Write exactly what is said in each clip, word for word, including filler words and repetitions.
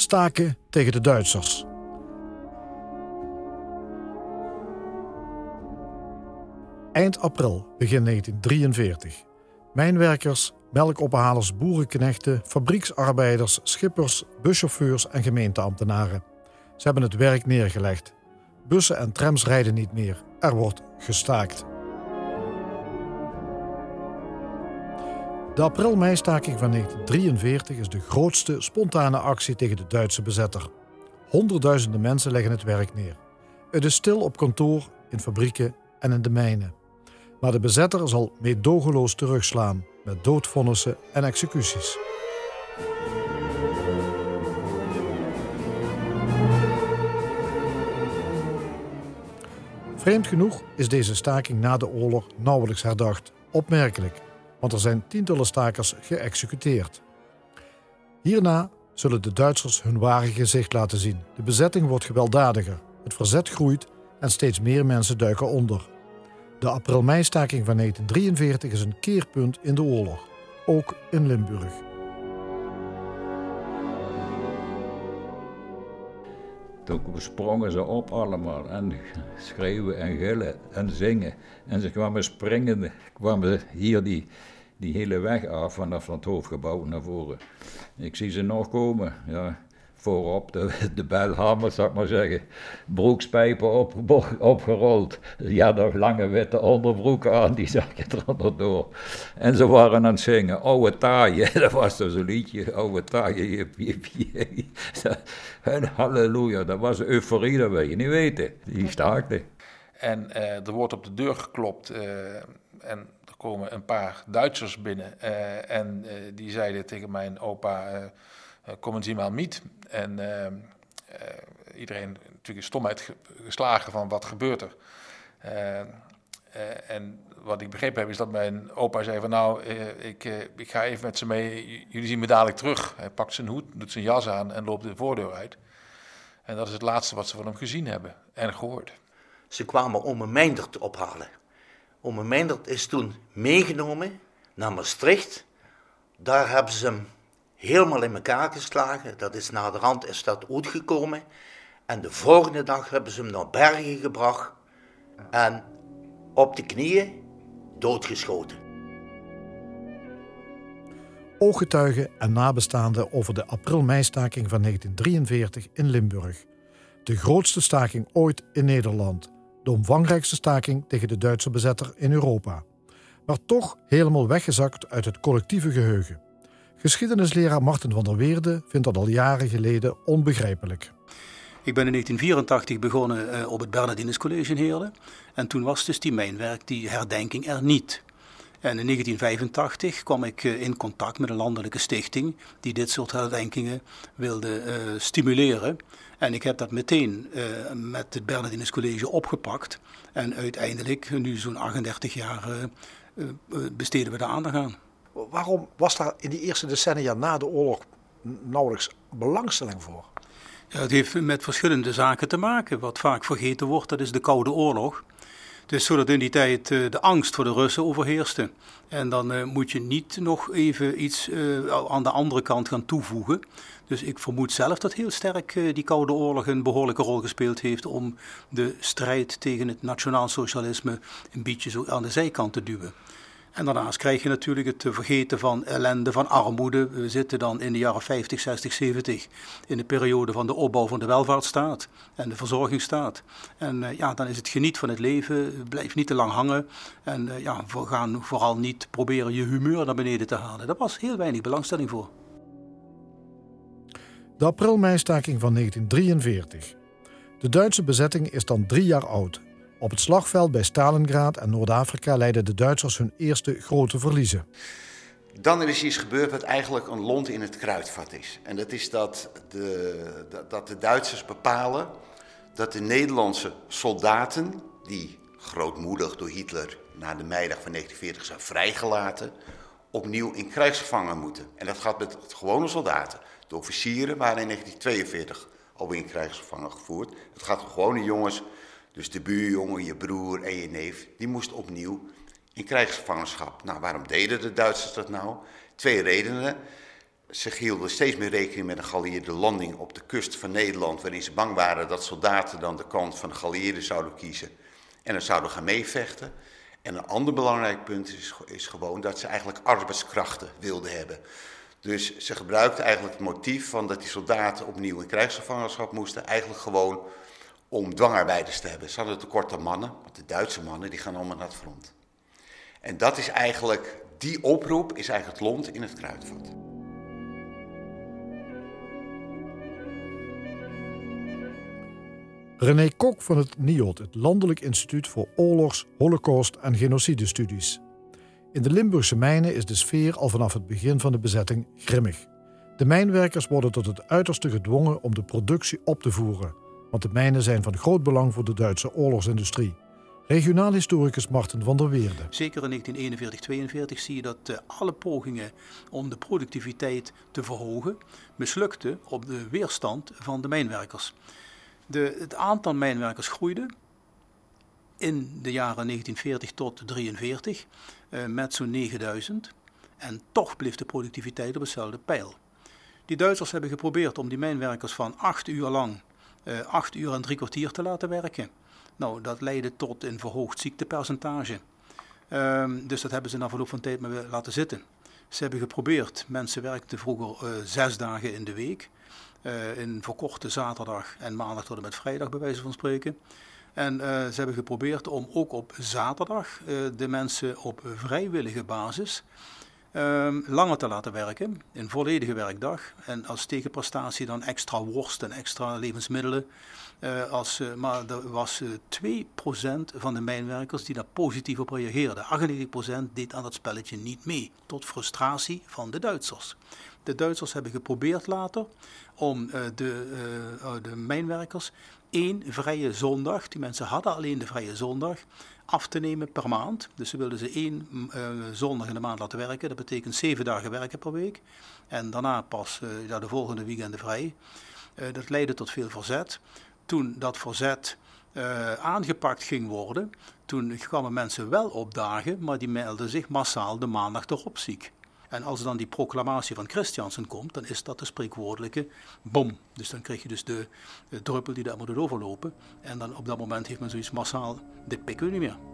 Staken tegen de Duitsers. Eind april, begin negentien drieënveertig. Mijnwerkers, melkophalers, boerenknechten, fabrieksarbeiders, schippers, buschauffeurs en gemeenteambtenaren. Ze hebben het werk neergelegd. Bussen en trams rijden niet meer. Er wordt gestaakt. De april-meistaking van negentien drieënveertig is de grootste spontane actie tegen de Duitse bezetter. Honderdduizenden mensen leggen het werk neer. Het is stil op kantoor, in fabrieken en in de mijnen. Maar de bezetter zal meedogenloos terugslaan met doodvonnissen en executies. Vreemd genoeg is deze staking na de oorlog nauwelijks herdacht. Opmerkelijk, want er zijn tientallen stakers geëxecuteerd. Hierna zullen de Duitsers hun ware gezicht laten zien. De bezetting wordt gewelddadiger, het verzet groeit en steeds meer mensen duiken onder. De april-meistaking van negentien drieënveertig is een keerpunt in de oorlog, ook in Limburg. Toen sprongen ze op allemaal en schreeuwen en gillen en zingen. En ze kwamen springende, kwamen hier die, die hele weg af vanaf het hoofdgebouw naar voren. Ik zie ze nog komen, ja. Voorop de, de belhamers, zou ik maar zeggen. Broekspijpen op, opgerold. Ja, nog lange witte onderbroeken aan, die zag je er onderdoor. En ze waren aan het zingen, oude taaie, dat was toch zo'n liedje, oude taaie, jip, jip, jip. En halleluja, dat was euforie, dat wil je niet weten. Die staakte. En uh, er wordt op de deur geklopt uh, en er komen een paar Duitsers binnen. Uh, en uh, die zeiden tegen mijn opa, uh, uh, kom eens iemand miet. En uh, uh, iedereen natuurlijk stomheid geslagen van wat gebeurt er. Uh, uh, en wat ik begrepen heb is dat mijn opa zei van nou, uh, ik, uh, ik ga even met ze mee, jullie zien me dadelijk terug. Hij pakt zijn hoed, doet zijn jas aan en loopt de voordeur uit. En dat is het laatste wat ze van hem gezien hebben en gehoord. Ze kwamen Ome Meindert ophalen. Ome Meindert is toen meegenomen naar Maastricht. Daar hebben ze hem helemaal in elkaar geslagen. Dat is naderhand is dat uitgekomen. En de volgende dag hebben ze hem naar Bergen gebracht. En op de knieën doodgeschoten. Ooggetuigen en nabestaanden over de april-meistaking van negentien drieënveertig in Limburg. De grootste staking ooit in Nederland. De omvangrijkste staking tegen de Duitse bezetter in Europa. Maar toch helemaal weggezakt uit het collectieve geheugen. Geschiedenisleraar Marten van der Weerde vindt dat al jaren geleden onbegrijpelijk. Ik ben in negentien vierentachtig begonnen uh, op het Bernardinus College in Heerlen. En toen was dus die mijnwerk, die herdenking er niet. En in negentien vijfentachtig kwam ik uh, in contact met een landelijke stichting die dit soort herdenkingen wilde uh, stimuleren. En ik heb dat meteen uh, met het Bernardinus College opgepakt. En uiteindelijk, nu zo'n achtendertig jaar, uh, uh, besteden we daar aandacht aan. Waarom was daar in die eerste decennia na de oorlog nauwelijks belangstelling voor? Ja, het heeft met verschillende zaken te maken. Wat vaak vergeten wordt, dat is de Koude Oorlog. Dus zodat in die tijd uh, de angst voor de Russen overheerste. En dan uh, moet je niet nog even iets uh, aan de andere kant gaan toevoegen. Dus ik vermoed zelf dat heel sterk uh, die Koude Oorlog een behoorlijke rol gespeeld heeft om de strijd tegen het nationaalsocialisme een beetje zo aan de zijkant te duwen. En daarnaast krijg je natuurlijk het vergeten van ellende, van armoede. We zitten dan in de jaren vijftig, zestig, zeventig in de periode van de opbouw van de welvaartsstaat en de verzorgingsstaat. En uh, ja, dan is het geniet van het leven, blijf niet te lang hangen. En uh, ja, we gaan vooral niet proberen je humeur naar beneden te halen. Daar was heel weinig belangstelling voor. De april-meistaking van negentien drieënveertig. De Duitse bezetting is dan drie jaar oud. Op het slagveld bij Stalingrad en Noord-Afrika leidden de Duitsers hun eerste grote verliezen. Dan is iets gebeurd wat eigenlijk een lont in het kruidvat is. En dat is dat de, dat de Duitsers bepalen dat de Nederlandse soldaten, die grootmoedig door Hitler na de meidag van negentien veertig zijn vrijgelaten, opnieuw in krijgsgevangen moeten. En dat gaat met gewone soldaten. De officieren waren in negentien tweeënveertig alweer in krijgsgevangen gevoerd. Het gaat om gewone jongens. Dus de buurjongen, je broer en je neef, die moesten opnieuw in krijgsgevangenschap. Nou, waarom deden de Duitsers dat nou? Twee redenen. Ze hielden steeds meer rekening met een geallieerde landing op de kust van Nederland, waarin ze bang waren dat soldaten dan de kant van de geallieerden zouden kiezen en dan zouden gaan meevechten. En een ander belangrijk punt is, is gewoon dat ze eigenlijk arbeidskrachten wilden hebben. Dus ze gebruikten eigenlijk het motief van dat die soldaten opnieuw in krijgsgevangenschap moesten, eigenlijk gewoon om dwangarbeiders te hebben. Ze hadden tekort aan mannen, want de Duitse mannen die gaan allemaal naar het front. En dat is eigenlijk, die oproep is eigenlijk het lont in het kruidvat. René Kok van het N I O D, het Landelijk Instituut voor Oorlogs-, Holocaust- en Genocidestudies. In de Limburgse mijnen is de sfeer al vanaf het begin van de bezetting grimmig. De mijnwerkers worden tot het uiterste gedwongen om de productie op te voeren, want de mijnen zijn van groot belang voor de Duitse oorlogsindustrie. Regionaal historicus Marten van der Weerde. Zeker in negentien eenenveertig tweeënveertig zie je dat uh, alle pogingen om de productiviteit te verhogen mislukten op de weerstand van de mijnwerkers. De, het aantal mijnwerkers groeide in de jaren negentien veertig tot drieënveertig uh, met zo'n negenduizend en toch bleef de productiviteit op hetzelfde peil. Die Duitsers hebben geprobeerd om die mijnwerkers van acht uur lang, uh, acht uur en drie kwartier te laten werken. Nou, dat leidde tot een verhoogd ziektepercentage. Um, dus dat hebben ze na verloop van tijd maar weer laten zitten. Ze hebben geprobeerd, mensen werkten vroeger uh, zes dagen in de week. Uh, in verkorte zaterdag en maandag tot en met vrijdag bij wijze van spreken. En uh, ze hebben geprobeerd om ook op zaterdag uh, de mensen op vrijwillige basis um, langer te laten werken. Een volledige werkdag. En als tegenprestatie dan extra worst en extra levensmiddelen. Uh, als, uh, maar er was uh, twee procent van de mijnwerkers die daar positief op reageerden. achtennegentig procent deed aan dat spelletje niet mee. Tot frustratie van de Duitsers. De Duitsers hebben geprobeerd later om uh, de, uh, de mijnwerkers één vrije zondag, die mensen hadden alleen de vrije zondag, af te nemen per maand. Dus ze wilden ze één uh, zondag in de maand laten werken. Dat betekent zeven dagen werken per week. En daarna pas uh, ja, de volgende weekenden vrij. Uh, dat leidde tot veel verzet. Toen dat verzet uh, aangepakt ging worden, toen kwamen mensen wel opdagen, maar die melden zich massaal de maandag erop ziek. En als dan die proclamatie van Christiansen komt, dan is dat de spreekwoordelijke bom. Dus dan krijg je dus de, de druppel die daar moet overlopen. En dan op dat moment heeft men zoiets massaal, dit pikken we niet meer.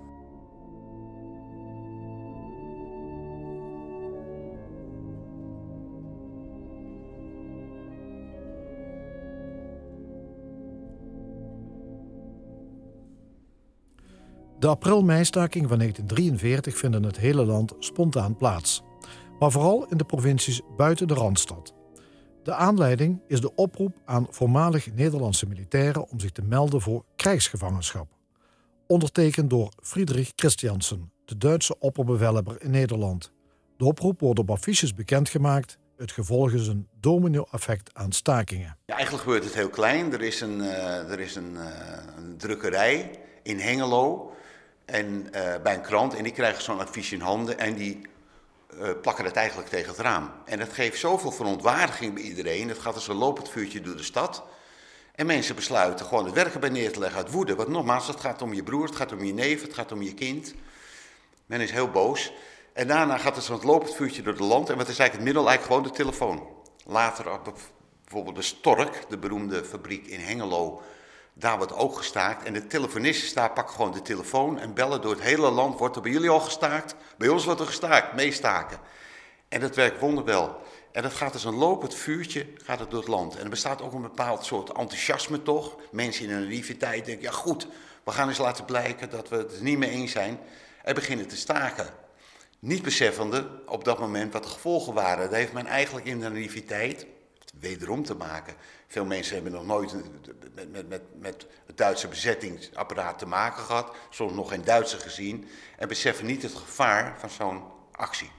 De april-meistaking van negentien drieënveertig vindt in het hele land spontaan plaats. Maar vooral in de provincies buiten de Randstad. De aanleiding is de oproep aan voormalig Nederlandse militairen om zich te melden voor krijgsgevangenschap. Ondertekend door Friedrich Christiansen, de Duitse opperbevelhebber in Nederland. De oproep wordt op affiches bekendgemaakt. Het gevolg is een domino-effect aan stakingen. Ja, eigenlijk gebeurt het heel klein. Er is een, uh, er is een, uh, een drukkerij in Hengelo en, uh, bij een krant en die krijgen zo'n affiche in handen en die uh, plakken het eigenlijk tegen het raam. En dat geeft zoveel verontwaardiging bij iedereen. Het gaat als een lopend vuurtje door de stad. En mensen besluiten gewoon het werk erbij neer te leggen uit woede. Want nogmaals, het gaat om je broer, het gaat om je neef, het gaat om je kind. Men is heel boos. En daarna gaat het zo'n lopend vuurtje door het land. En wat is eigenlijk het middel? Eigenlijk gewoon de telefoon. Later op bijvoorbeeld de Stork, de beroemde fabriek in Hengelo. Daar wordt ook gestaakt. En de telefonisten daar pakken gewoon de telefoon en bellen door het hele land. Wordt er bij jullie al gestaakt? Bij ons wordt er gestaakt, meestaken. En dat werkt wonderwel. En dat gaat als een lopend vuurtje gaat het door het land. En er bestaat ook een bepaald soort enthousiasme toch. Mensen in hun naïviteit denken, ja goed, we gaan eens laten blijken dat we het er niet mee eens zijn. En beginnen te staken. Niet beseffende op dat moment wat de gevolgen waren. Dat heeft men eigenlijk in de naïviteit wederom te maken. Veel mensen hebben nog nooit met, met, met, met het Duitse bezettingsapparaat te maken gehad. Soms nog geen Duitser gezien. En beseffen niet het gevaar van zo'n actie.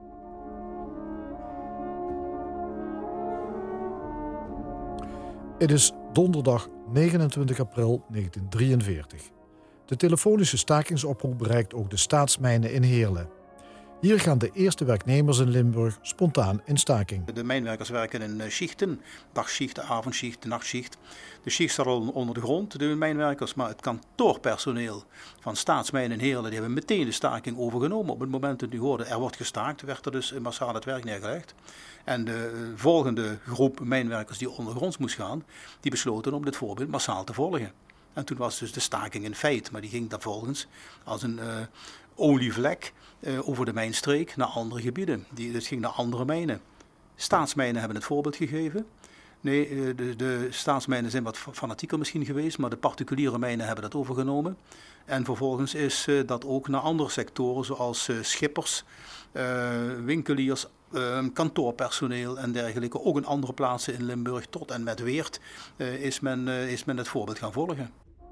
Het is donderdag negenentwintig april negentien drieënveertig. De telefonische stakingsoproep bereikt ook de staatsmijnen in Heerlen. Hier gaan de eerste werknemers in Limburg spontaan in staking. De mijnwerkers werken in schichten, dagschicht, avondschicht, nachtschicht. De schicht staat al onder de grond, de mijnwerkers, maar het kantoorpersoneel van Staatsmijnen in Heerlen, die hebben meteen de staking overgenomen. Op het moment dat u hoorde er wordt gestaakt, werd er dus massaal het werk neergelegd. En de volgende groep mijnwerkers die ondergronds moest gaan, die besloten om dit voorbeeld massaal te volgen. En toen was dus de staking in feit, maar die ging daar volgens als een uh, olievlek uh, over de mijnstreek naar andere gebieden. Die, dus ging naar andere mijnen. Staatsmijnen hebben het voorbeeld gegeven. Nee, uh, de, de staatsmijnen zijn wat fanatieker misschien geweest, maar de particuliere mijnen hebben dat overgenomen. En vervolgens is uh, dat ook naar andere sectoren, zoals uh, schippers, uh, winkeliers, uh, kantoorpersoneel en dergelijke. Ook in andere plaatsen in Limburg tot en met Weert uh, is, men, uh, is men het voorbeeld gaan volgen.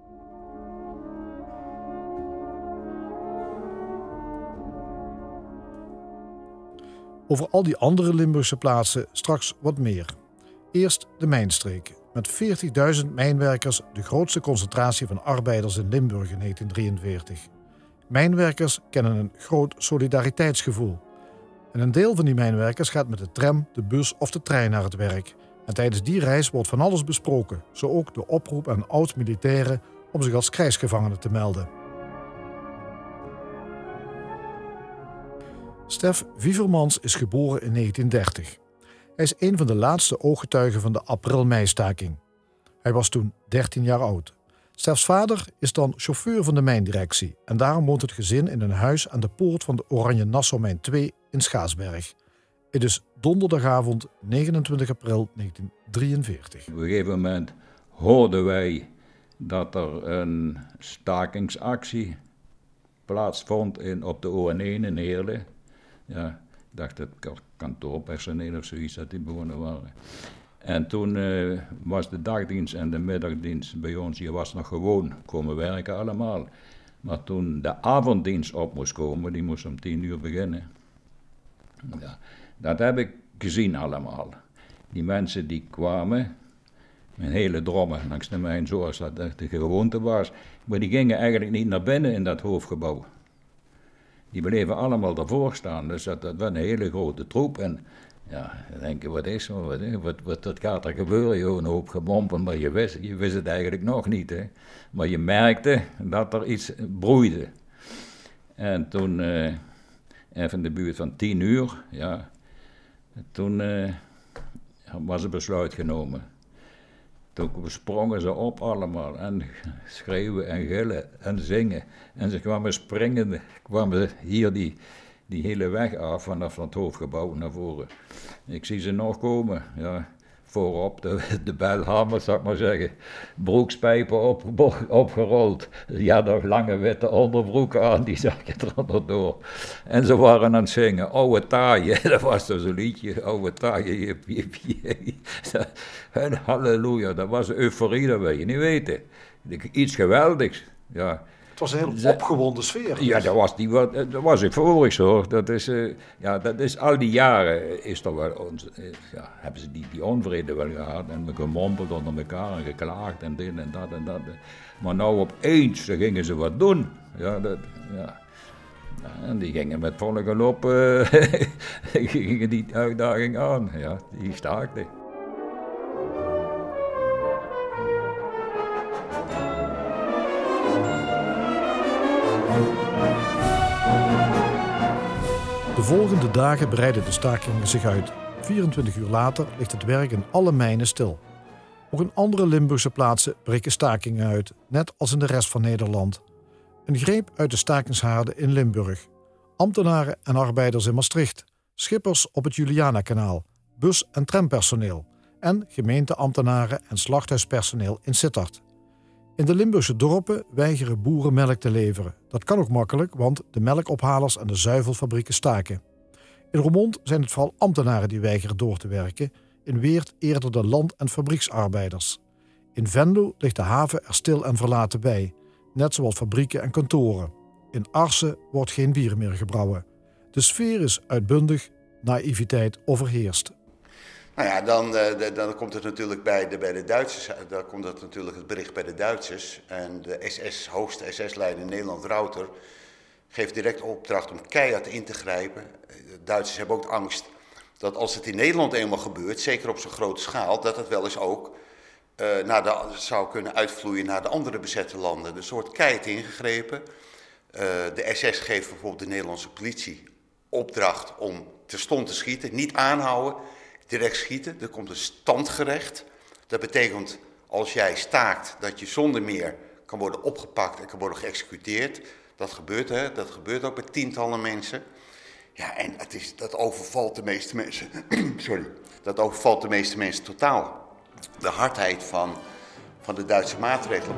Over al die andere Limburgse plaatsen straks wat meer. Eerst de mijnstreek. Met veertigduizend mijnwerkers de grootste concentratie van arbeiders in Limburg in negentien drieënveertig. Mijnwerkers kennen een groot solidariteitsgevoel. En een deel van die mijnwerkers gaat met de tram, de bus of de trein naar het werk. En tijdens die reis wordt van alles besproken. Zo ook de oproep aan oud-militairen om zich als krijgsgevangenen te melden. Stef Wievermans is geboren in negentien dertig. Hij is een van de laatste ooggetuigen van de april-meistaking. Hij was toen dertien jaar oud. Stefs vader is dan chauffeur van de mijndirectie en daarom woont het gezin in een huis aan de poort van de Oranje Nassau-mijn twee in Schaarsberg. Het is donderdagavond negenentwintig april negentien drieënveertig. Op een gegeven moment hoorden wij dat er een stakingsactie plaatsvond in, op de O N één in Heerlen. Ja, ik dacht het kantoorpersoneel of zoiets dat die begonnen waren. En toen uh, was de dagdienst en de middagdienst bij ons, je was nog gewoon komen werken allemaal. Maar toen de avonddienst op moest komen, die moest om tien uur beginnen. Ja, dat heb ik gezien allemaal. Die mensen die kwamen, een hele drommen langs de mijn, zoals dat de gewoonte was. Maar die gingen eigenlijk niet naar binnen in dat hoofdgebouw. Die bleven allemaal daarvoor staan, dus dat, dat was een hele grote troep. En ja, dan denk je, wat is er, wat, wat, wat, wat gaat er gebeuren? Je een hoop gemompen, maar je wist, je wist het eigenlijk nog niet. Hè. Maar je merkte dat er iets broeide. En toen, uh, even in de buurt van tien uur, ja, toen uh, was een besluit genomen. Toen sprongen ze op allemaal en schreeuwen en gillen en zingen. En ze kwamen springende, kwamen hier die, die hele weg af vanaf het hoofdgebouw naar voren. Ik zie ze nog komen, ja, voorop de, de belhammer, zou ik maar zeggen. Broekspijpen op, opgerold. Ja, nog lange witte onderbroeken aan, die zag je er onderdoor. En ze waren aan het zingen, oude taaie, dat was dus zo'n liedje, oude taaie, jip, jip, jip. En halleluja, dat was een euforie, dat wil je niet weten. Iets geweldigs, ja. Het was een heel opgewonden sfeer. Ja, dat was, die, dat was euforisch hoor. Dat is, uh, ja, dat is al die jaren is er wel ons, uh, ja, hebben ze die, die onvrede wel gehad en gemompeld onder elkaar en geklaagd en dit en dat en dat. Maar nou opeens gingen ze wat doen. Ja, dat, ja. En die gingen met volle galop uh, gingen die uitdaging aan. Ja, die staakten. De volgende dagen breiden de stakingen zich uit. vierentwintig uur later ligt het werk in alle mijnen stil. Ook in andere Limburgse plaatsen breken stakingen uit, net als in de rest van Nederland. Een greep uit de stakingshaarden in Limburg. Ambtenaren en arbeiders in Maastricht. Schippers op het Julianakanaal. Bus- en trampersoneel. En gemeenteambtenaren en slachthuispersoneel in Sittard. In de Limburgse dorpen weigeren boeren melk te leveren. Dat kan ook makkelijk, want de melkophalers en de zuivelfabrieken staken. In Roermond zijn het vooral ambtenaren die weigeren door te werken. In Weert eerder de land- en fabrieksarbeiders. In Venlo ligt de haven er stil en verlaten bij. Net zoals fabrieken en kantoren. In Arsen wordt geen bier meer gebrouwen. De sfeer is uitbundig, naïviteit overheerst. Nou ja, dan, uh, dan komt het natuurlijk bij de, bij de Duitsers, dan komt het natuurlijk het bericht bij de Duitsers. En de S S, hoogste S S-leider in Nederland, Rauter, geeft direct opdracht om keihard in te grijpen. De Duitsers hebben ook angst dat als het in Nederland eenmaal gebeurt, zeker op zo'n grote schaal, dat het wel eens ook uh, naar de, zou kunnen uitvloeien naar de andere bezette landen. Dus er wordt keihard ingegrepen. Uh, de S S geeft bijvoorbeeld de Nederlandse politie opdracht om terstond te schieten. Niet aanhouden, direct schieten. Er komt een standgerecht. Dat betekent als jij staakt dat je zonder meer kan worden opgepakt en kan worden geëxecuteerd. Dat gebeurt, hè? Dat gebeurt ook met tientallen mensen. Ja, en het is, dat overvalt de meeste mensen. Sorry. Dat overvalt de meeste mensen totaal. De hardheid van, van de Duitse maatregelen.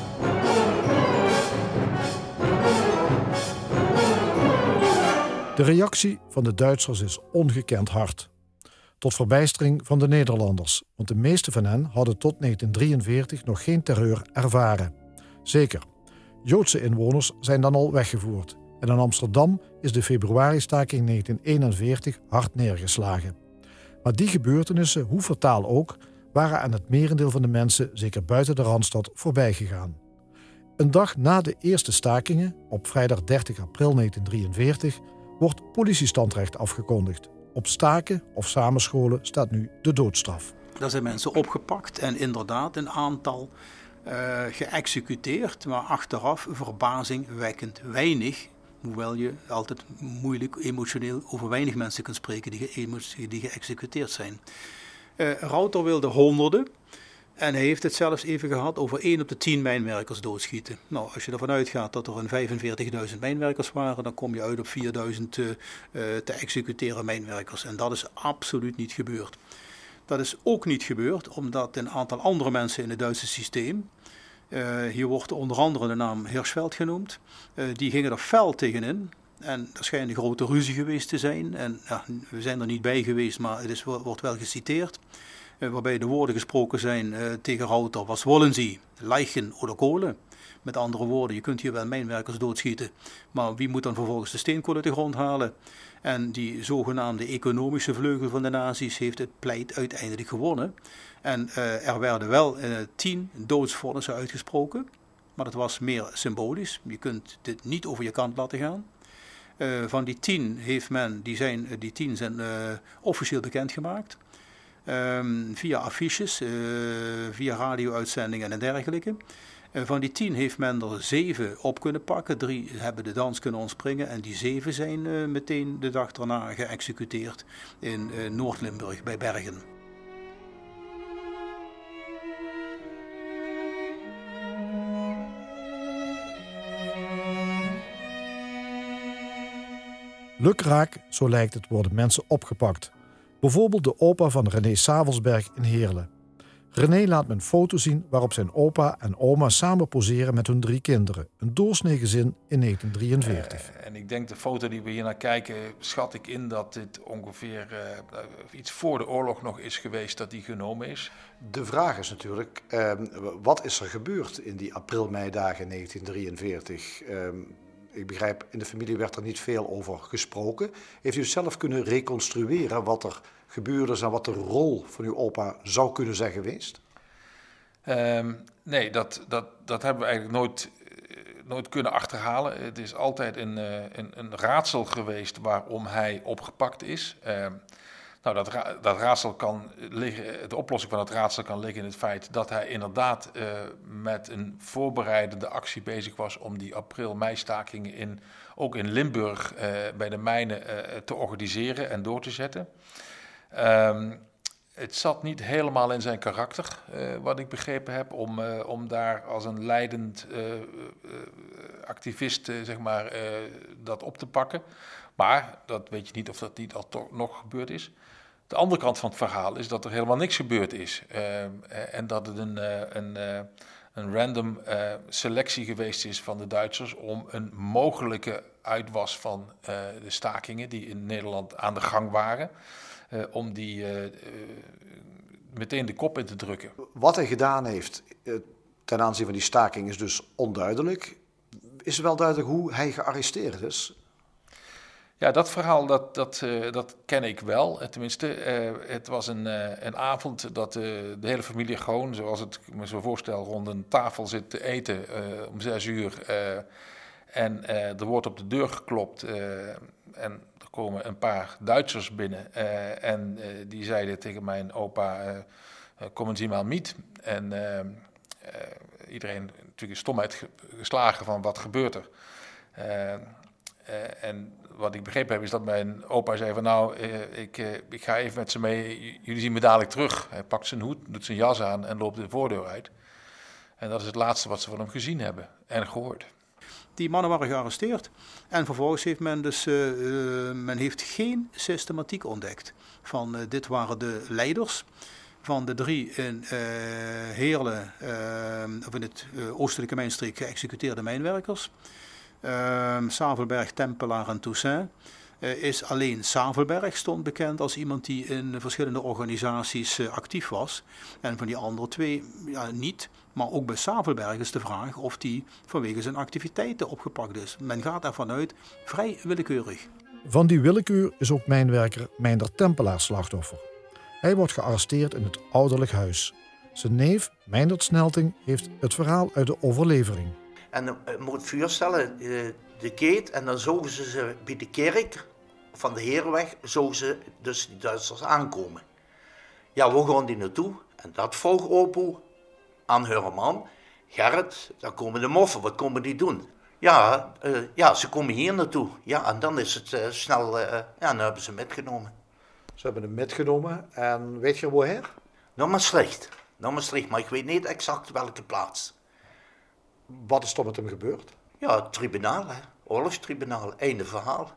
De reactie van de Duitsers is ongekend hard. Tot verbijstering van de Nederlanders, want de meeste van hen hadden tot negentien drieënveertig nog geen terreur ervaren. Zeker, Joodse inwoners zijn dan al weggevoerd. En in Amsterdam is de februaristaking negentien eenenveertig hard neergeslagen. Maar die gebeurtenissen, hoe fataal ook, waren aan het merendeel van de mensen, zeker buiten de Randstad, voorbij gegaan. Een dag na de eerste stakingen, op vrijdag dertig april negentien drieënveertig, wordt politiestandrecht afgekondigd. Op staken of samenscholen staat nu de doodstraf. Daar zijn mensen opgepakt en inderdaad een aantal uh, geëxecuteerd, maar achteraf verbazingwekkend weinig. Hoewel je altijd moeilijk emotioneel over weinig mensen kunt spreken die, ge- die geëxecuteerd zijn. Uh, Rauter wilde honderden en hij heeft het zelfs even gehad over één op de tien mijnwerkers doodschieten. Nou, als je ervan uitgaat dat er een vijfenveertigduizend mijnwerkers waren, dan kom je uit op vierduizend uh, uh, te executeren mijnwerkers. En dat is absoluut niet gebeurd. Dat is ook niet gebeurd omdat een aantal andere mensen in het Duitse systeem, uh, hier wordt onder andere de naam Hirschfeld genoemd, uh, die gingen er fel tegenin. En er schijnt een grote ruzie geweest te zijn. En ja, we zijn er niet bij geweest, maar het is, wordt wel geciteerd. Uh, waarbij de woorden gesproken zijn uh, tegen Rauter. Was wollen Sie? Leichen oder kolen? Met andere woorden, je kunt hier wel mijnwerkers doodschieten. Maar wie moet dan vervolgens de steenkool uit de grond halen? En die zogenaamde economische vleugel van de nazi's heeft het pleit uiteindelijk gewonnen. En uh, er werden wel uh, tien doodsvonnissen uitgesproken. Maar dat was meer symbolisch. Je kunt dit niet over je kant laten gaan. Uh, van die tien heeft men, die zijn, die tien zijn uh, officieel bekendgemaakt. Um, via affiches, uh, via radio-uitzendingen en dergelijke. Uh, van die tien heeft men er zeven op kunnen pakken. Drie hebben de dans kunnen ontspringen. En die zeven zijn uh, meteen de dag daarna geëxecuteerd in uh, Noord-Limburg bij Bergen. Lukraak, zo lijkt het, worden mensen opgepakt. Bijvoorbeeld de opa van René Savelsberg in Heerlen. René laat me een foto zien waarop zijn opa en oma samen poseren met hun drie kinderen. Een doorsnee gezin in negentien drieënveertig. Uh, en ik denk de foto die we hier naar kijken, schat ik in dat dit ongeveer uh, iets voor de oorlog nog is geweest dat die genomen is. De vraag is natuurlijk, uh, wat is er gebeurd in die april-meidagen negentien drieënveertig? Uh, Ik begrijp, in de familie werd er niet veel over gesproken. Heeft u zelf kunnen reconstrueren wat er gebeurde en wat de rol van uw opa zou kunnen zijn geweest? Um, nee, dat, dat, dat hebben we eigenlijk nooit, nooit kunnen achterhalen. Het is altijd een, een, een raadsel geweest waarom hij opgepakt is. Um, Nou, dat, ra- dat raadsel kan liggen, de oplossing van het raadsel kan liggen in het feit dat hij inderdaad uh, met een voorbereidende actie bezig was om die april-mei-stakingen in, ook in Limburg uh, bij de mijnen uh, te organiseren en door te zetten. Um, het zat niet helemaal in zijn karakter, uh, wat ik begrepen heb, om, uh, om daar als een leidend uh, uh, activist uh, zeg maar, uh, dat op te pakken. Maar dat weet je niet of dat niet al to- nog gebeurd is. De andere kant van het verhaal is dat er helemaal niks gebeurd is. Uh, en dat het een, uh, een, uh, een random uh, selectie geweest is van de Duitsers om een mogelijke uitwas van uh, de stakingen die in Nederland aan de gang waren, uh, om die uh, uh, meteen de kop in te drukken. Wat hij gedaan heeft uh, ten aanzien van die staking is dus onduidelijk. Is wel duidelijk hoe hij gearresteerd is? Ja, dat verhaal dat, dat, uh, dat ken ik wel. Uh, tenminste, uh, het was een, uh, een avond dat uh, de hele familie gewoon, zoals het me zo voorstel, rond een tafel zit te eten uh, om zes uur. Uh, En uh, er wordt op de deur geklopt uh, en er komen een paar Duitsers binnen. Uh, en uh, die zeiden tegen mijn opa, uh, uh, kom eens eenmaal niet. En uh, uh, iedereen natuurlijk stomheid geslagen van wat gebeurt er. Uh, uh, en wat ik begrepen heb is dat mijn opa zei van nou, uh, ik, uh, ik ga even met ze mee, jullie zien me dadelijk terug. Hij pakt zijn hoed, doet zijn jas aan en loopt de voordeur uit. En dat is het laatste wat ze van hem gezien hebben en gehoord. Die mannen waren gearresteerd en vervolgens heeft men dus, uh, uh, men heeft geen systematiek ontdekt. Van uh, dit waren de leiders van de drie in uh, Heerlen, uh, of in het uh, oostelijke mijnstreek geëxecuteerde mijnwerkers. Uh, Savelberg, Tempelaar en Toussaint. Uh, is alleen Savelberg stond bekend als iemand die in verschillende organisaties uh, actief was. En van die andere twee ja, niet. Maar ook bij Savelberg is de vraag of die vanwege zijn activiteiten opgepakt is. Men gaat ervan uit, vrij willekeurig. Van die willekeur is ook mijnwerker Meindert Tempelaar slachtoffer. Hij wordt gearresteerd in het ouderlijk huis. Zijn neef, Meindert Snelting, heeft het verhaal uit de overlevering. En je uh, moet vuur stellen, uh, de keet, en dan zogen ze ze bij de kerk van de Herenweg, zogen ze dus die Duitsers aankomen. Ja, waar gaan die naartoe? En dat vroeg Opo aan haar man, Gerrit, daar komen de moffen, wat komen die doen? Ja, uh, ja, ze komen hier naartoe. Ja, en dan is het uh, snel, uh, ja, dan hebben ze metgenomen. Ze hebben hem metgenomen en weet je woher? Naar Maastricht, naar Maastricht, maar ik weet niet exact welke plaats. Wat is er met hem gebeurd? Ja, het tribunaal, hè. Oorlogstribunaal, einde verhaal.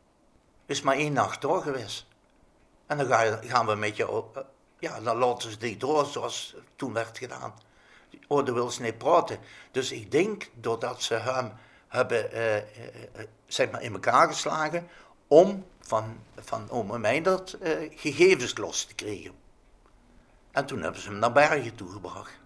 Is maar één nacht door geweest. En dan ga je, gaan we met je, uh, ja, dan laten ze die door zoals toen werd gedaan. Oh, dan wil ze niet praten. Dus ik denk, doordat ze hem hebben, uh, uh, uh, zeg maar, in elkaar geslagen, om van, van oma Meindert uh, gegevens los te krijgen. En toen hebben ze hem naar Bergen toegebracht.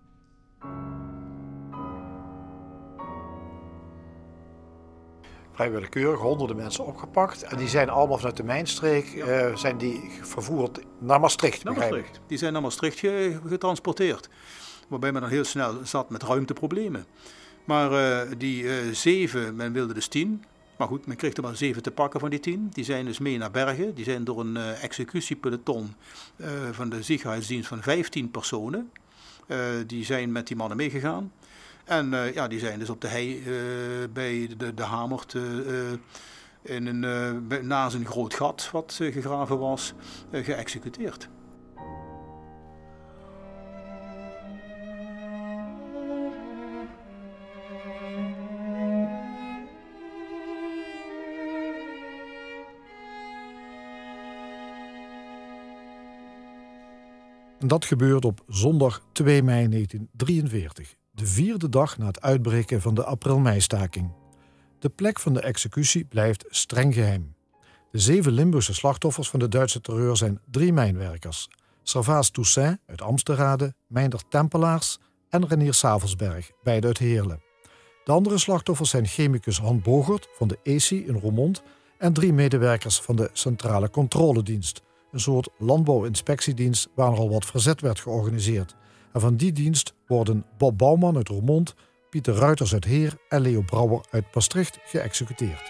Vrij willekeurig, honderden mensen opgepakt. En die zijn allemaal vanuit de mijnstreek, ja. uh, zijn die vervoerd naar Maastricht, naar begrijp Maastricht. Die zijn naar Maastricht ge- getransporteerd. Waarbij men dan heel snel zat met ruimteproblemen. Maar uh, die uh, zeven, men wilde dus tien. Maar goed, men kreeg er maar zeven te pakken van die tien. Die zijn dus mee naar Bergen. Die zijn door een uh, executiepeloton uh, van de ziekenhuisdienst van vijftien personen. Uh, die zijn met die mannen meegegaan. En uh, ja, die zijn dus op de hei uh, bij de, de Hamert uh, in een, uh, naast een groot gat wat uh, gegraven was, uh, geëxecuteerd. Dat gebeurt op zondag twee mei negentien drieënveertig, de vierde dag na het uitbreken van de april-meistaking. De plek van de executie blijft streng geheim. De zeven Limburgse slachtoffers van de Duitse terreur zijn drie mijnwerkers. Servaas Toussaint uit Amsterrade, Meindert Tempelaars en Renier Savelsberg, beide uit Heerlen. De andere slachtoffers zijn chemicus Han Bogert van de E C I in Roermond en drie medewerkers van de Centrale Controledienst, een soort landbouwinspectiedienst waar al wat verzet werd georganiseerd. En van die dienst worden Bob Bouwman uit Roermond, Pieter Ruiters uit Heer en Leo Brouwer uit Maastricht geëxecuteerd.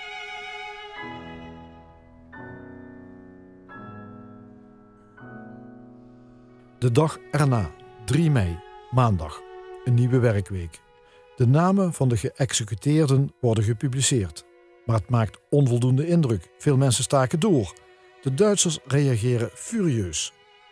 De dag erna, drie mei, maandag, een nieuwe werkweek. De namen van de geëxecuteerden worden gepubliceerd. Maar het maakt onvoldoende indruk. Veel mensen staken door. De Duitsers reageren furieus.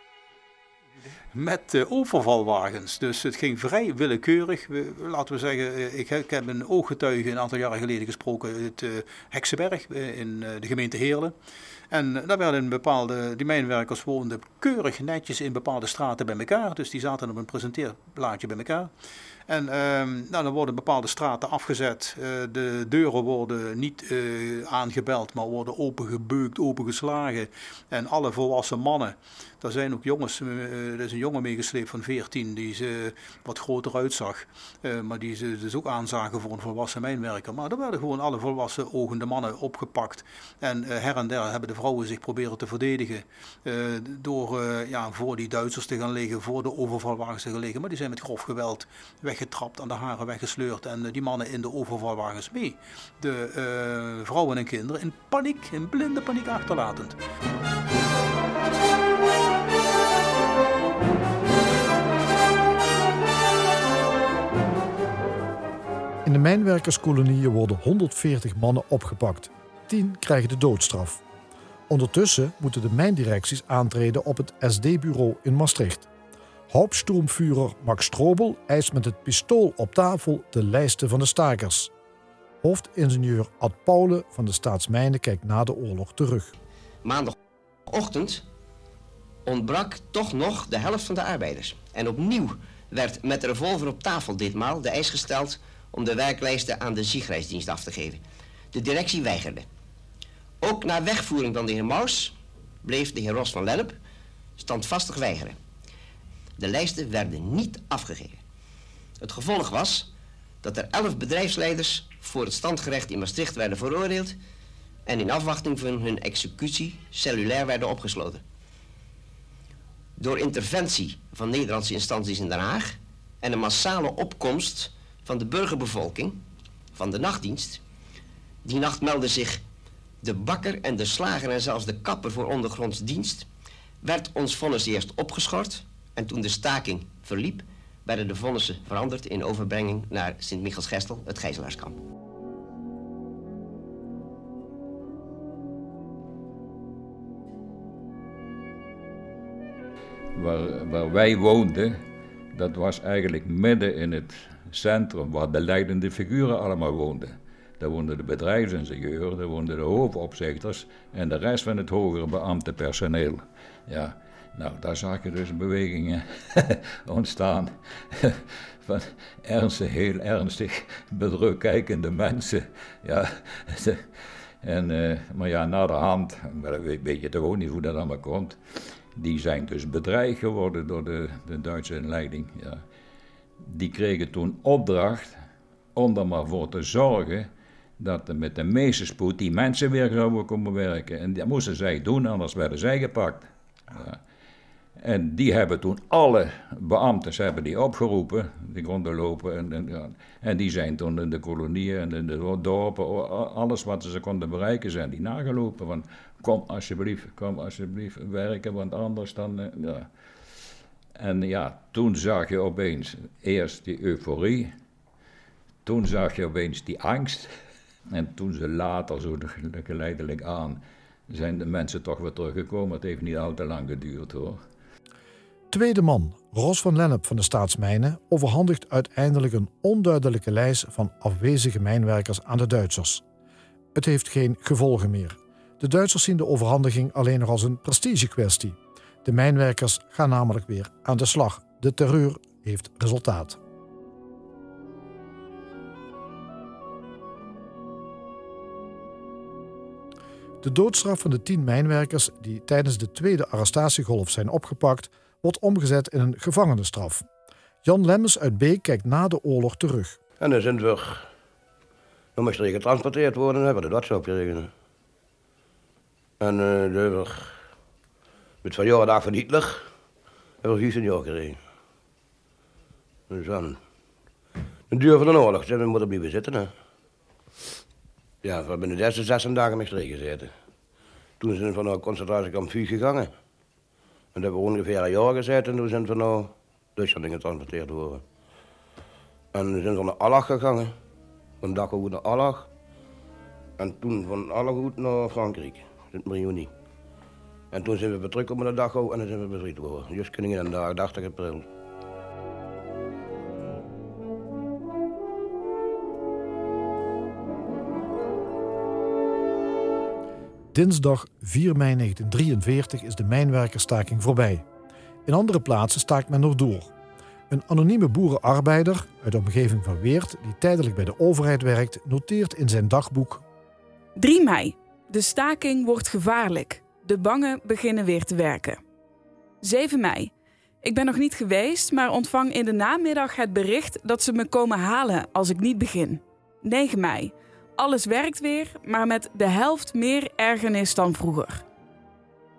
Met uh, overvalwagens, dus het ging vrij willekeurig. We, laten we zeggen, ik, ik heb een ooggetuige een aantal jaren geleden gesproken uit uh, Heksenberg uh, in uh, de gemeente Heerlen. En uh, daar werden bepaalde, die mijnwerkers woonden keurig netjes in bepaalde straten bij elkaar. Dus die zaten op een presenteerblaadje bij elkaar. En uh, nou, dan worden bepaalde straten afgezet. Uh, de deuren worden niet uh, aangebeld, maar worden opengebeukt, opengeslagen. En alle volwassen mannen, daar zijn ook jongens, uh, er is een jongen meegesleept van veertien die ze wat groter uitzag. Uh, maar die ze dus ook aanzagen voor een volwassen mijnwerker. Maar er werden gewoon alle volwassen ogende mannen opgepakt. En uh, her en der hebben de vrouwen zich proberen te verdedigen. Uh, door uh, ja, voor die Duitsers te gaan liggen, voor de overvalwagens te gaan liggen. Maar die zijn met grof geweld weg. weggetrapt, aan de haren weggesleurd en uh, die mannen in de overvalwagens mee. De uh, vrouwen en kinderen in paniek, in blinde paniek achterlatend. In de mijnwerkerskoloniën worden honderdveertig mannen opgepakt. tien krijgen de doodstraf. Ondertussen moeten de mijndirecties aantreden op het S D-bureau in Maastricht. Hauptsturmführer Max Strobel eist met het pistool op tafel de lijsten van de stakers. Hoofdingenieur Ad Paule van de Staatsmijnen kijkt na de oorlog terug. Maandagochtend ontbrak toch nog de helft van de arbeiders. En opnieuw werd met de revolver op tafel ditmaal de eis gesteld om de werklijsten aan de Ziegreisdienst af te geven. De directie weigerde. Ook na wegvoering van de heer Maus bleef de heer Ros van Lennep standvastig weigeren. De lijsten werden niet afgegeven. Het gevolg was dat er elf bedrijfsleiders voor het standgerecht in Maastricht werden veroordeeld en in afwachting van hun executie cellulair werden opgesloten. Door interventie van Nederlandse instanties in Den Haag en een massale opkomst van de burgerbevolking, van de nachtdienst. Die nacht meldden zich de bakker en de slager en zelfs de kapper voor ondergronds dienst. Werd ons vonnis eerst opgeschort en toen de staking verliep, werden de vonnissen veranderd in overbrenging naar Sint-Michielsgestel, het gijzelaarskamp. Waar, waar wij woonden, dat was eigenlijk midden in het centrum waar de leidende figuren allemaal woonden. Daar woonden de bedrijfsingenieurs, daar woonden de hoofdopzichters en de rest van het hogere beambtenpersoneel. Ja, nou, daar zag je dus bewegingen ontstaan van ernstig, heel ernstig bedrukt kijkende mensen. Ja, en, uh, maar ja, naderhand, weet je toch ook niet hoe dat allemaal komt. Die zijn dus bedreigd geworden door de, de Duitse leiding. Ja. Die kregen toen opdracht om er maar voor te zorgen dat er met de meeste spoed die mensen weer zouden komen werken. En dat moesten zij doen, anders werden zij gepakt. Ja. En die hebben toen alle beambten hebben die opgeroepen, die konden lopen. En, en, ja. en die zijn toen in de kolonieën en in de dorpen, alles wat ze konden bereiken, zijn die nagelopen. Van kom alsjeblieft, kom alsjeblieft werken, want anders dan... Ja. En ja, toen zag je opeens eerst die euforie, toen zag je opeens die angst. En toen ze later, zo geleidelijk aan, zijn de mensen toch weer teruggekomen. Het heeft niet al te lang geduurd hoor. Tweede man, Ros van Lennep van de Staatsmijnen, overhandigt uiteindelijk een onduidelijke lijst van afwezige mijnwerkers aan de Duitsers. Het heeft geen gevolgen meer. De Duitsers zien de overhandiging alleen nog als een prestigekwestie. De mijnwerkers gaan namelijk weer aan de slag. De terreur heeft resultaat. De doodstraf van de tien mijnwerkers die tijdens de tweede arrestatiegolf zijn opgepakt, wordt omgezet in een gevangenisstraf. Jan Lemmens uit Beek kijkt na de oorlog terug. En dan zijn we naar Maastricht getransporteerd worden en hebben we de Duitsers opgerekend. En uh, de hebben we met van jaren dag van Hitler hebben we vijftien jaar gereden. Dus dan de duur van de oorlog zijn we moeten blijven zitten. Hè. Ja, we hebben de eerste zestien dagen in Maastricht gezeten. Toen zijn we naar concentratiekamp Vught gegaan. En daar hebben we ongeveer een jaar gezeten en toen zijn we naar Duitsland getransporteerd worden. En toen zijn we naar Allach gegaan. Van Dachau naar Allach. En toen van Allach naar Frankrijk, Sint-Marionie. En toen zijn we weer terug op naar Dachau en dan zijn we bevrijd geworden. Just Koningin dag, dertig april. Dinsdag vier mei negentien drieënveertig is de mijnwerkerstaking voorbij. In andere plaatsen staakt men nog door. Een anonieme boerenarbeider uit de omgeving van Weert, die tijdelijk bij de overheid werkt, noteert in zijn dagboek: drie mei. De staking wordt gevaarlijk. De bangen beginnen weer te werken. zeven mei. Ik ben nog niet geweest, maar ontvang in de namiddag het bericht dat ze me komen halen als ik niet begin. negen mei. Alles werkt weer, maar met de helft meer ergernis dan vroeger.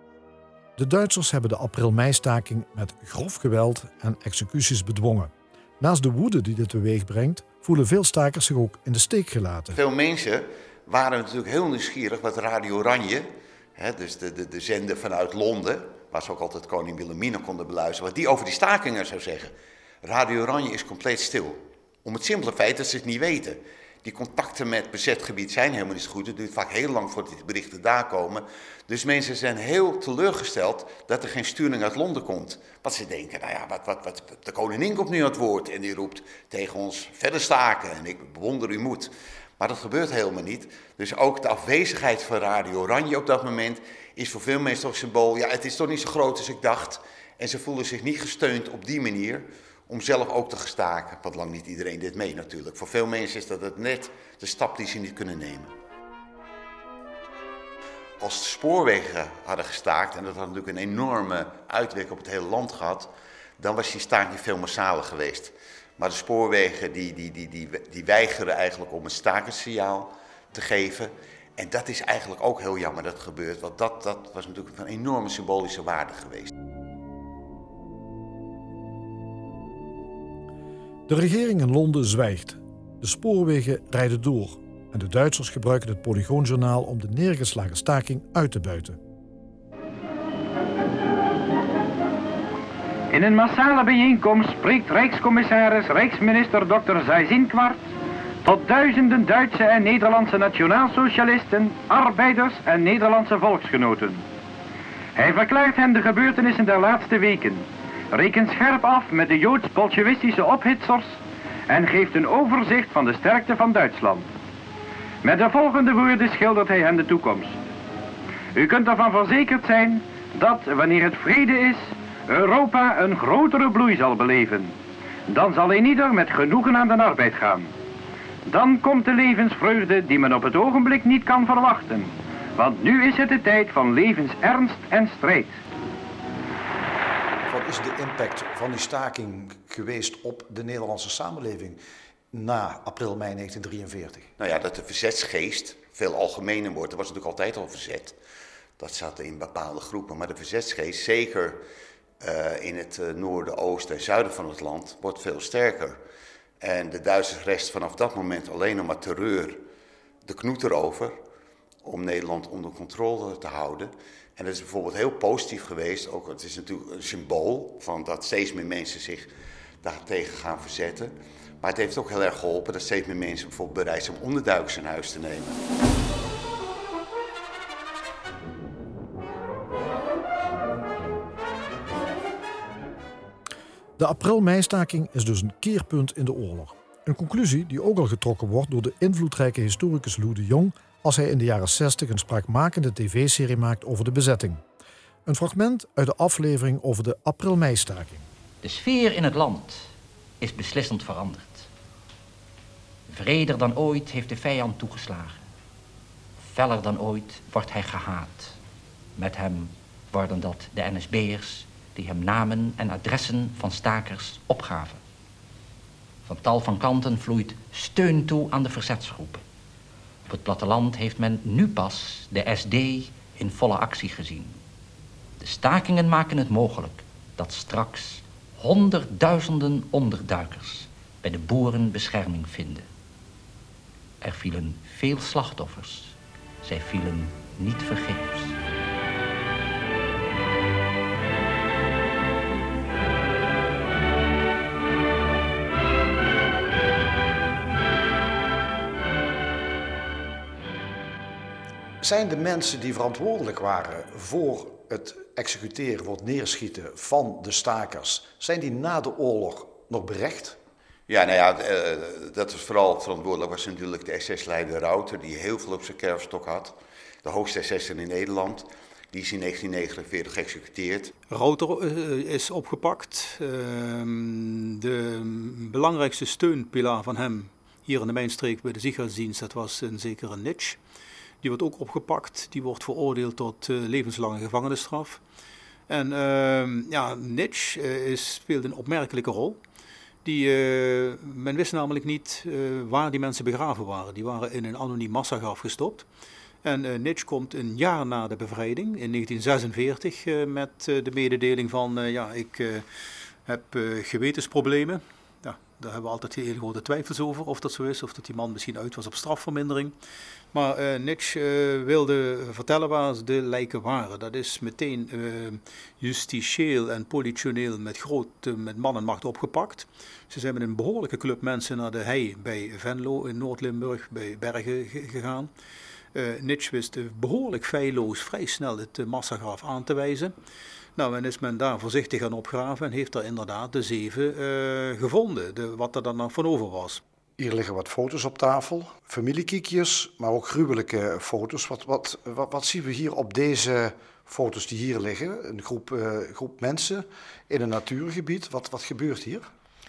De Duitsers hebben de april-mei-staking met grof geweld en executies bedwongen. Naast de woede die dit teweeg brengt, voelen veel stakers zich ook in de steek gelaten. Veel mensen waren natuurlijk heel nieuwsgierig wat Radio Oranje, hè, dus de, de, de zender vanuit Londen, waar ze ook altijd Koning Wilhelmina konden beluisteren, wat die over die stakingen zou zeggen. Radio Oranje is compleet stil. Om het simpele feit dat ze het niet weten. Die contacten met bezet gebied zijn helemaal niet zo goed. Het duurt vaak heel lang voordat die berichten daar komen. Dus mensen zijn heel teleurgesteld dat er geen sturing uit Londen komt. Want ze denken, nou ja, wat, wat, wat, de koningin komt nu aan het woord en die roept tegen ons verder staken. En ik bewonder uw moed. Maar dat gebeurt helemaal niet. Dus ook de afwezigheid van Radio Oranje op dat moment is voor veel mensen toch symbool. Ja, het is toch niet zo groot als ik dacht. En ze voelen zich niet gesteund op die manier om zelf ook te gestaken. Want lang niet iedereen dit mee natuurlijk. Voor veel mensen is dat het net de stap die ze niet kunnen nemen. Als de spoorwegen hadden gestaakt, en dat had natuurlijk een enorme uitwerking op het hele land gehad, dan was die staking veel massaler geweest. Maar de spoorwegen die, die, die, die, die weigeren eigenlijk om een stakingssignaal te geven. En dat is eigenlijk ook heel jammer dat het gebeurt, want dat, dat was natuurlijk van enorme symbolische waarde geweest. De regering in Londen zwijgt. De spoorwegen rijden door. En de Duitsers gebruiken het Polygoonjournaal om de neergeslagen staking uit te buiten. In een massale bijeenkomst spreekt Rijkscommissaris Rijksminister dokter Seyss-Inquart tot duizenden Duitse en Nederlandse nationaalsocialisten, arbeiders en Nederlandse volksgenoten. Hij verklaart hen de gebeurtenissen der laatste weken, rekent scherp af met de joods-bolsjewistische ophitsers en geeft een overzicht van de sterkte van Duitsland. Met de volgende woorden schildert hij hen de toekomst. U kunt ervan verzekerd zijn dat, wanneer het vrede is, Europa een grotere bloei zal beleven. Dan zal eenieder met genoegen aan de arbeid gaan. Dan komt de levensvreugde die men op het ogenblik niet kan verwachten. Want nu is het de tijd van levensernst en strijd. Wat is de impact van die staking geweest op de Nederlandse samenleving na april mei negentien drieënveertig? Nou ja, dat de verzetsgeest veel algemener wordt. Er was natuurlijk altijd al verzet. Dat zat in bepaalde groepen. Maar de verzetsgeest, zeker uh, in het uh, noorden, oosten en zuiden van het land, wordt veel sterker. En de Duitsers rest vanaf dat moment alleen nog maar terreur de knoet erover om Nederland onder controle te houden. En dat is bijvoorbeeld heel positief geweest. Ook, het is natuurlijk een symbool van dat steeds meer mensen zich daartegen gaan verzetten. Maar het heeft ook heel erg geholpen dat steeds meer mensen bijvoorbeeld bereid zijn om onderduikers in huis te nemen. De april-meistaking is dus een keerpunt in de oorlog. Een conclusie die ook al getrokken wordt door de invloedrijke historicus Lou de Jong als hij in de jaren zestig een spraakmakende tv-serie maakt over de bezetting. Een fragment uit de aflevering over de april-meistaking. De sfeer in het land is beslissend veranderd. Wreder dan ooit heeft de vijand toegeslagen. Feller dan ooit wordt hij gehaat. Met hem worden dat de N S B'ers die hem namen en adressen van stakers opgaven. Van tal van kanten vloeit steun toe aan de verzetsgroepen. Op het platteland heeft men nu pas de S D in volle actie gezien. De stakingen maken het mogelijk dat straks honderdduizenden onderduikers bij de boeren bescherming vinden. Er vielen veel slachtoffers. Zij vielen niet vergeefs. Zijn de mensen die verantwoordelijk waren voor het executeren, voor het neerschieten van de stakers, zijn die na de oorlog nog berecht? Ja, nou ja, dat was vooral verantwoordelijk was natuurlijk de S S-leider Rauter, die heel veel op zijn kerfstok had. De hoogste S S'er in Nederland. Die is in negentien negenenveertig geëxecuteerd. Rauter is opgepakt. De belangrijkste steunpilaar van hem hier in de mijnstreek bij de Sicherheidsdienst, dat was een zekere Nitsch. Die wordt ook opgepakt. Die wordt veroordeeld tot uh, levenslange gevangenisstraf. En uh, ja, Nitsch uh, is, speelde een opmerkelijke rol. Die, uh, men wist namelijk niet uh, waar die mensen begraven waren. Die waren in een anoniem massagraf gestopt. En uh, Nitsch komt een jaar na de bevrijding, in negentien zesenveertig, uh, met uh, de mededeling van... Uh, ja, ik uh, heb uh, gewetensproblemen. Ja, Daar hebben we altijd hele grote twijfels over of dat zo is, of dat die man misschien uit was op strafvermindering. Maar uh, Nitsch uh, wilde vertellen waar de lijken waren. Dat is meteen uh, justitieel en politioneel met, grote, met man en macht opgepakt. Ze zijn met een behoorlijke club mensen naar de hei bij Venlo in Noord-Limburg, bij Bergen gegaan. Uh, Nitsch wist uh, behoorlijk feilloos vrij snel het uh, massagraf aan te wijzen. Nou, en is men daar voorzichtig gaan opgraven en heeft er inderdaad de zeven uh, gevonden, de, wat er dan nog van over was. Hier liggen wat foto's op tafel, familiekiekjes, maar ook gruwelijke foto's. Wat, wat, wat, wat zien we hier op deze foto's die hier liggen? Een groep, uh, groep mensen in een natuurgebied. Wat, wat gebeurt hier?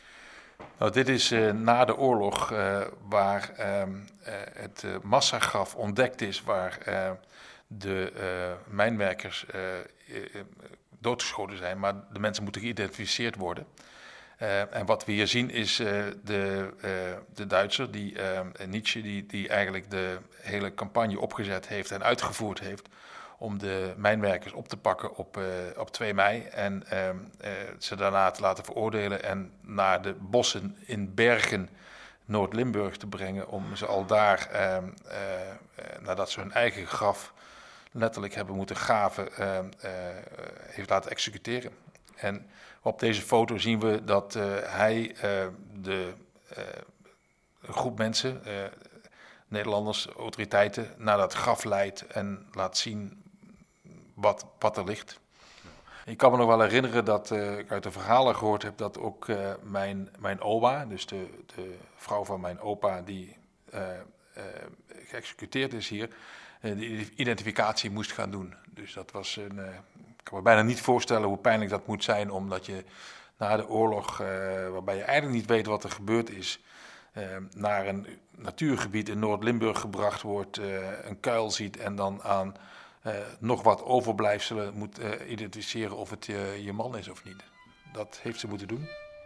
Nou, dit is uh, na de oorlog uh, waar uh, uh, het uh, massagraf ontdekt is, waar uh, de uh, mijnwerkers uh, uh, doodgeschoten zijn, maar de mensen moeten geïdentificeerd worden. Uh, en wat we hier zien is uh, de, uh, de Duitser, die, uh, Nietzsche, die, die eigenlijk de hele campagne opgezet heeft en uitgevoerd heeft om de mijnwerkers op te pakken op, uh, op twee mei en uh, uh, ze daarna te laten veroordelen en naar de bossen in Bergen, Noord-Limburg te brengen om ze al daar, uh, uh, uh, nadat ze hun eigen graf letterlijk hebben moeten graven, uh, uh, heeft laten executeren. En op deze foto zien we dat uh, hij uh, de uh, een groep mensen, uh, Nederlanders, autoriteiten, naar dat graf leidt en laat zien wat, wat er ligt. Ik kan me nog wel herinneren dat uh, ik uit de verhalen gehoord heb dat ook uh, mijn, mijn oma, dus de, de vrouw van mijn opa die uh, uh, geëxecuteerd is hier, uh, de identificatie moest gaan doen. Dus dat was een... Uh, ik kan me bijna niet voorstellen hoe pijnlijk dat moet zijn, omdat je na de oorlog, uh, waarbij je eigenlijk niet weet wat er gebeurd is, uh, naar een natuurgebied in Noord-Limburg gebracht wordt, uh, een kuil ziet en dan aan uh, nog wat overblijfselen moet uh, identificeren of het uh, je man is of niet. Dat heeft ze moeten doen.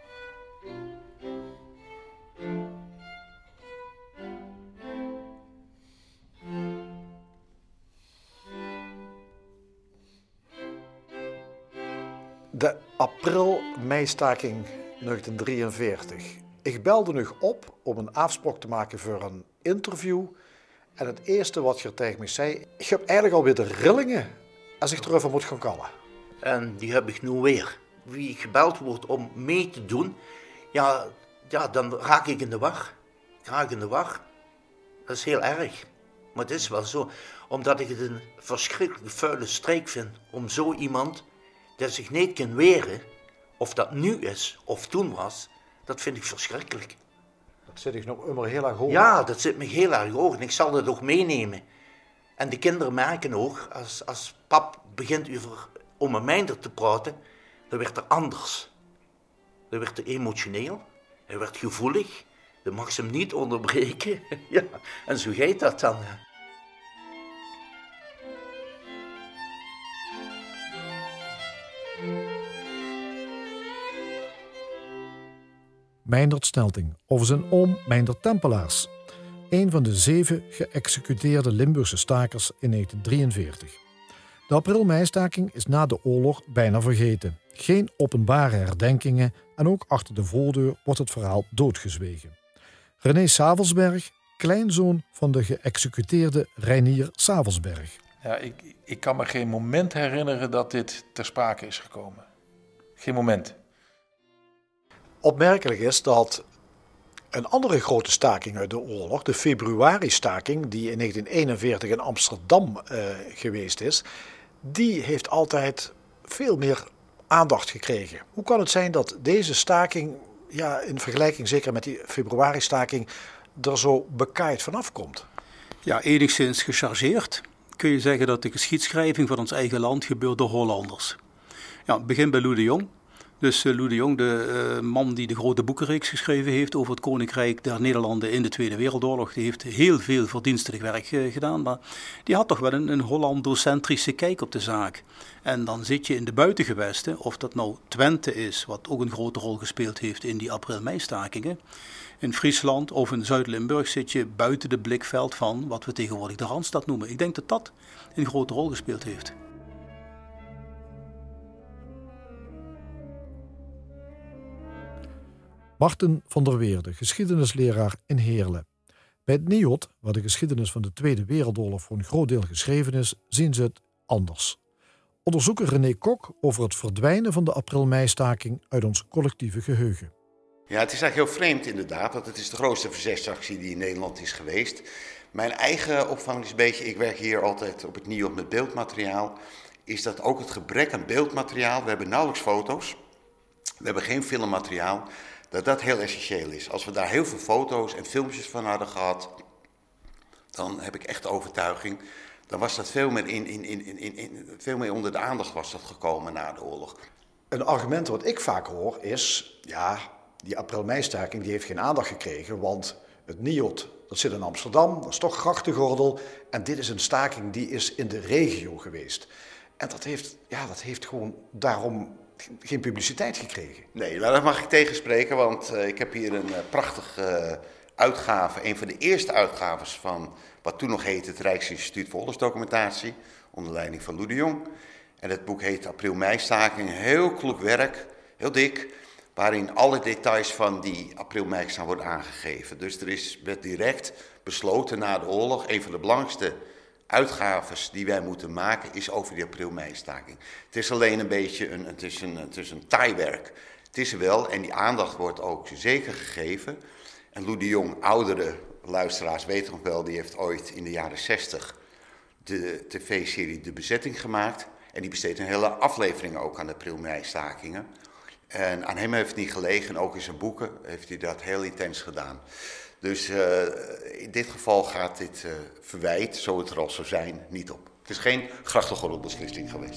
De april-meistaking negentien drieënveertig. Ik belde nog op om een afspraak te maken voor een interview. En het eerste wat je tegen me zei, ik heb eigenlijk alweer de rillingen als ik erover moet gaan kallen. En die heb ik nu weer. Wie gebeld wordt om mee te doen, ja, ja, dan raak ik in de war. Ik raak in de war. Dat is heel erg. Maar het is wel zo. Omdat ik het een verschrikkelijk vuile streek vind om zo iemand dat zich niet kan weren, of dat nu is of toen was, dat vind ik verschrikkelijk. Dat zit ik nog immer heel erg hoog. Ja, dat zit me heel erg hoog en ik zal dat ook meenemen. En de kinderen merken ook, als, als pap begint over om een mijnder te praten, dan werd er anders. Dan werd er emotioneel, hij werd gevoelig, dan mag ze hem niet onderbreken. Ja, en zo gaat dat dan. Meindert Snelting over zijn oom Meindert Tempelaars, een van de zeven geëxecuteerde Limburgse stakers in negentien drieënveertig. De april-meistaking is na de oorlog bijna vergeten. Geen openbare herdenkingen en ook achter de voordeur wordt het verhaal doodgezwegen. René Savelsberg, kleinzoon van de geëxecuteerde Reinier Savelsberg. Ja, ik, ik kan me geen moment herinneren dat dit ter sprake is gekomen. Geen moment. Opmerkelijk is dat een andere grote staking uit de oorlog, de februari-staking, die in negentien eenenveertig in Amsterdam uh, geweest is, die heeft altijd veel meer aandacht gekregen. Hoe kan het zijn dat deze staking, ja, in vergelijking zeker met die februari-staking, er zo bekaaid vanaf komt? Ja, enigszins gechargeerd. Kun je zeggen dat de geschiedschrijving van ons eigen land gebeurt door Hollanders. Ja, het begint bij Lou de Jong. Dus uh, Lou de Jong, de uh, man die de grote boekenreeks geschreven heeft over het Koninkrijk der Nederlanden in de Tweede Wereldoorlog, die heeft heel veel verdienstelijk werk uh, gedaan, maar die had toch wel een, een Hollandocentrische kijk op de zaak. En dan zit je in de buitengewesten, of dat nou Twente is, wat ook een grote rol gespeeld heeft in die april-meistakingen. In Friesland of in Zuid-Limburg zit je buiten de blikveld van wat we tegenwoordig de Randstad noemen. Ik denk dat dat een grote rol gespeeld heeft. Marten van der Weerde, geschiedenisleraar in Heerlen. Bij het N I O D, waar de geschiedenis van de Tweede Wereldoorlog voor een groot deel geschreven is, zien ze het anders. Onderzoeker René Kok over het verdwijnen van de april-meistaking uit ons collectieve geheugen. Ja, het is eigenlijk heel vreemd inderdaad, want het is de grootste verzetsactie die in Nederland is geweest. Mijn eigen opvang is een beetje, ik werk hier altijd op het N I O D met beeldmateriaal, is dat ook het gebrek aan beeldmateriaal, we hebben nauwelijks foto's, we hebben geen filmmateriaal, dat dat heel essentieel is. Als we daar heel veel foto's en filmpjes van hadden gehad, dan heb ik echt de overtuiging, dan was dat veel meer, in, in, in, in, in, veel meer onder de aandacht was dat gekomen na de oorlog. Een argument wat ik vaak hoor is, ja, die april-meistaking die heeft geen aandacht gekregen, want het N I O D, dat zit in Amsterdam, dat is toch grachtengordel, en dit is een staking die is in de regio geweest. En dat heeft, ja, dat heeft gewoon daarom geen publiciteit gekregen. Nee, nou, daar mag ik tegenspreken, want uh, ik heb hier een uh, prachtige uh, uitgave, een van de eerste uitgaves van wat toen nog heette het Rijksinstituut voor Oorlogsdocumentatie, onder leiding van Lou de Jong. En het boek heet April-meistaking, heel kloek werk, heel dik, waarin alle details van die april-meistaking worden aangegeven. Dus er is, werd direct besloten na de oorlog, een van de belangrijkste uitgaves die wij moeten maken is over die april-meistaking. Het is alleen een beetje een, het is een, het is een taaiwerk. Het is er wel en die aandacht wordt ook zeker gegeven. En Lou de Jong, oudere luisteraars weten nog wel, die heeft ooit in de jaren zestig de tv-serie De Bezetting gemaakt. En die besteedt een hele aflevering ook aan de april-meistakingen. En aan hem heeft het niet gelegen, ook in zijn boeken heeft hij dat heel intens gedaan. Dus uh, in dit geval gaat dit uh, verwijt, zo het er al zou zijn, niet op. Het is geen grachtengordelbeslissing geweest.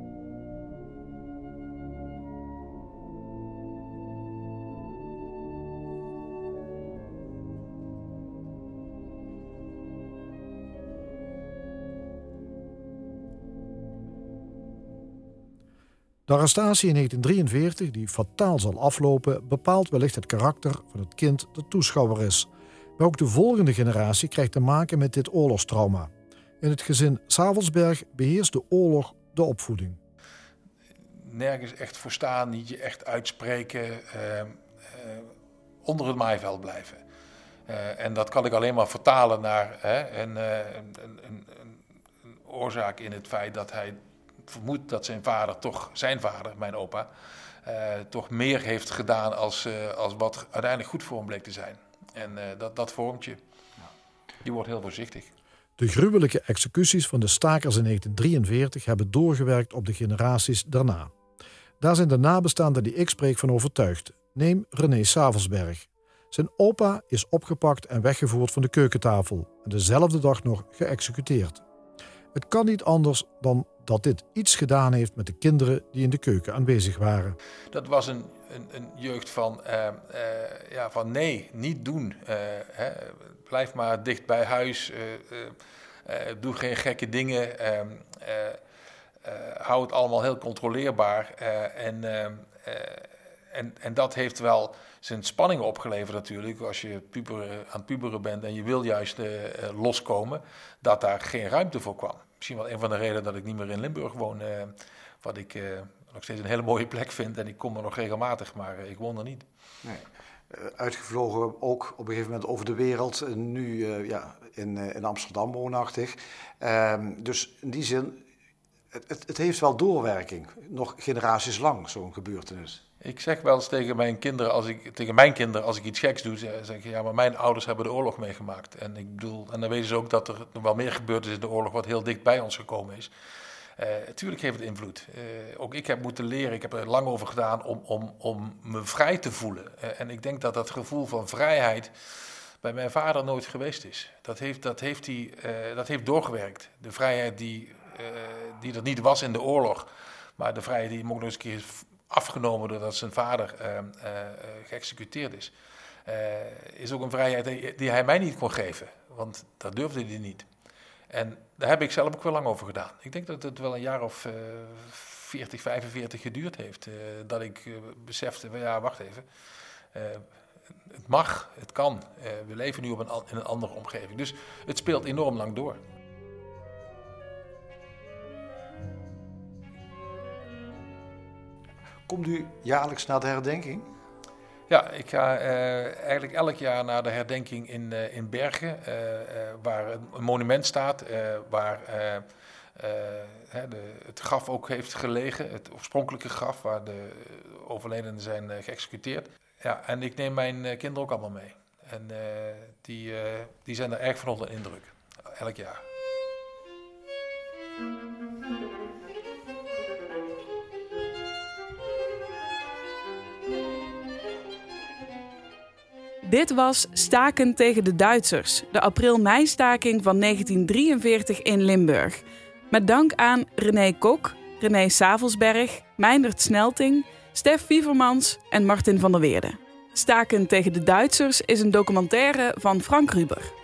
De arrestatie in negentien drieënveertig, die fataal zal aflopen, bepaalt wellicht het karakter van het kind dat toeschouwer is. Maar ook de volgende generatie krijgt te maken met dit oorlogstrauma. In het gezin Savelsberg beheerst de oorlog de opvoeding. Nergens echt voor staan, niet je echt uitspreken, uh, uh, onder het maaiveld blijven. Uh, en dat kan ik alleen maar vertalen naar hè, een, uh, een, een, een, een oorzaak in het feit dat hij vermoedt dat zijn vader, toch zijn vader, mijn opa, uh, toch meer heeft gedaan als, uh, als wat uiteindelijk goed voor hem bleek te zijn. En uh, dat, dat vormt je. Die wordt heel voorzichtig. De gruwelijke executies van de stakers in negentien drieënveertig hebben doorgewerkt op de generaties daarna. Daar zijn de nabestaanden die ik spreek van overtuigd. Neem René Savelsberg. Zijn opa is opgepakt en weggevoerd van de keukentafel en dezelfde dag nog geëxecuteerd. Het kan niet anders dan dat dit iets gedaan heeft met de kinderen die in de keuken aanwezig waren. Dat was een, een, een jeugd van, uh, uh, ja, van nee, niet doen. Uh, hè, blijf maar dicht bij huis. Uh, uh, uh, doe geen gekke dingen. Uh, uh, uh, hou het allemaal heel controleerbaar. Uh, en, uh, uh, en, en dat heeft wel zijn spanningen opgeleverd natuurlijk. Als je puber, aan het puberen bent en je wil juist uh, loskomen, dat daar geen ruimte voor kwam. Misschien wel een van de redenen dat ik niet meer in Limburg woon. Uh, wat ik uh, nog steeds een hele mooie plek vind. En ik kom er nog regelmatig, maar uh, ik woon er niet. Nee. Uh, uitgevlogen ook op een gegeven moment over de wereld. Uh, nu uh, ja, in, uh, in Amsterdam woonachtig. Uh, dus in die zin, het, het, het heeft wel doorwerking. Nog generaties lang, zo'n gebeurtenis. Ik zeg wel eens tegen mijn kinderen, als ik, tegen mijn kinderen, als ik iets geks doe, zeg ik, ja, maar mijn ouders hebben de oorlog meegemaakt. En ik bedoel, en dan weten ze ook dat er nog wel meer gebeurd is in de oorlog wat heel dicht bij ons gekomen is. Uh, tuurlijk heeft het invloed. Uh, ook ik heb moeten leren, ik heb er lang over gedaan om, om, om me vrij te voelen. Uh, en ik denk dat dat gevoel van vrijheid bij mijn vader nooit geweest is. Dat heeft, dat heeft, hij, uh, dat heeft doorgewerkt. De vrijheid die, uh, die er niet was in de oorlog, maar de vrijheid die hem ook nog eens een keer afgenomen doordat zijn vader uh, uh, geëxecuteerd is. Uh, is ook een vrijheid die, die hij mij niet kon geven, want dat durfde hij niet. En daar heb ik zelf ook wel lang over gedaan. Ik denk dat het wel een jaar of uh, veertig, vijfenveertig geduurd heeft, uh, dat ik uh, besefte, ja, wacht even, uh, het mag, het kan. Uh, we leven nu op een, in een andere omgeving. Dus het speelt enorm lang door. Komt u jaarlijks naar de herdenking? Ja, ik ga uh, eigenlijk elk jaar naar de herdenking in, uh, in Bergen, uh, uh, waar een monument staat, uh, waar uh, uh, de, het graf ook heeft gelegen, het oorspronkelijke graf waar de overledenen zijn uh, geëxecuteerd. Ja, en ik neem mijn uh, kinderen ook allemaal mee. En uh, die, uh, die zijn er erg van onder de indruk, elk jaar. Dit was Staken tegen de Duitsers, de april-mei-staking van negentien drieënveertig in Limburg. Met dank aan René Kok, René Savelsberg, Meindert Snelting, Stef Wievermans en Martin van der Weerde. Staken tegen de Duitsers is een documentaire van Frank Ruber.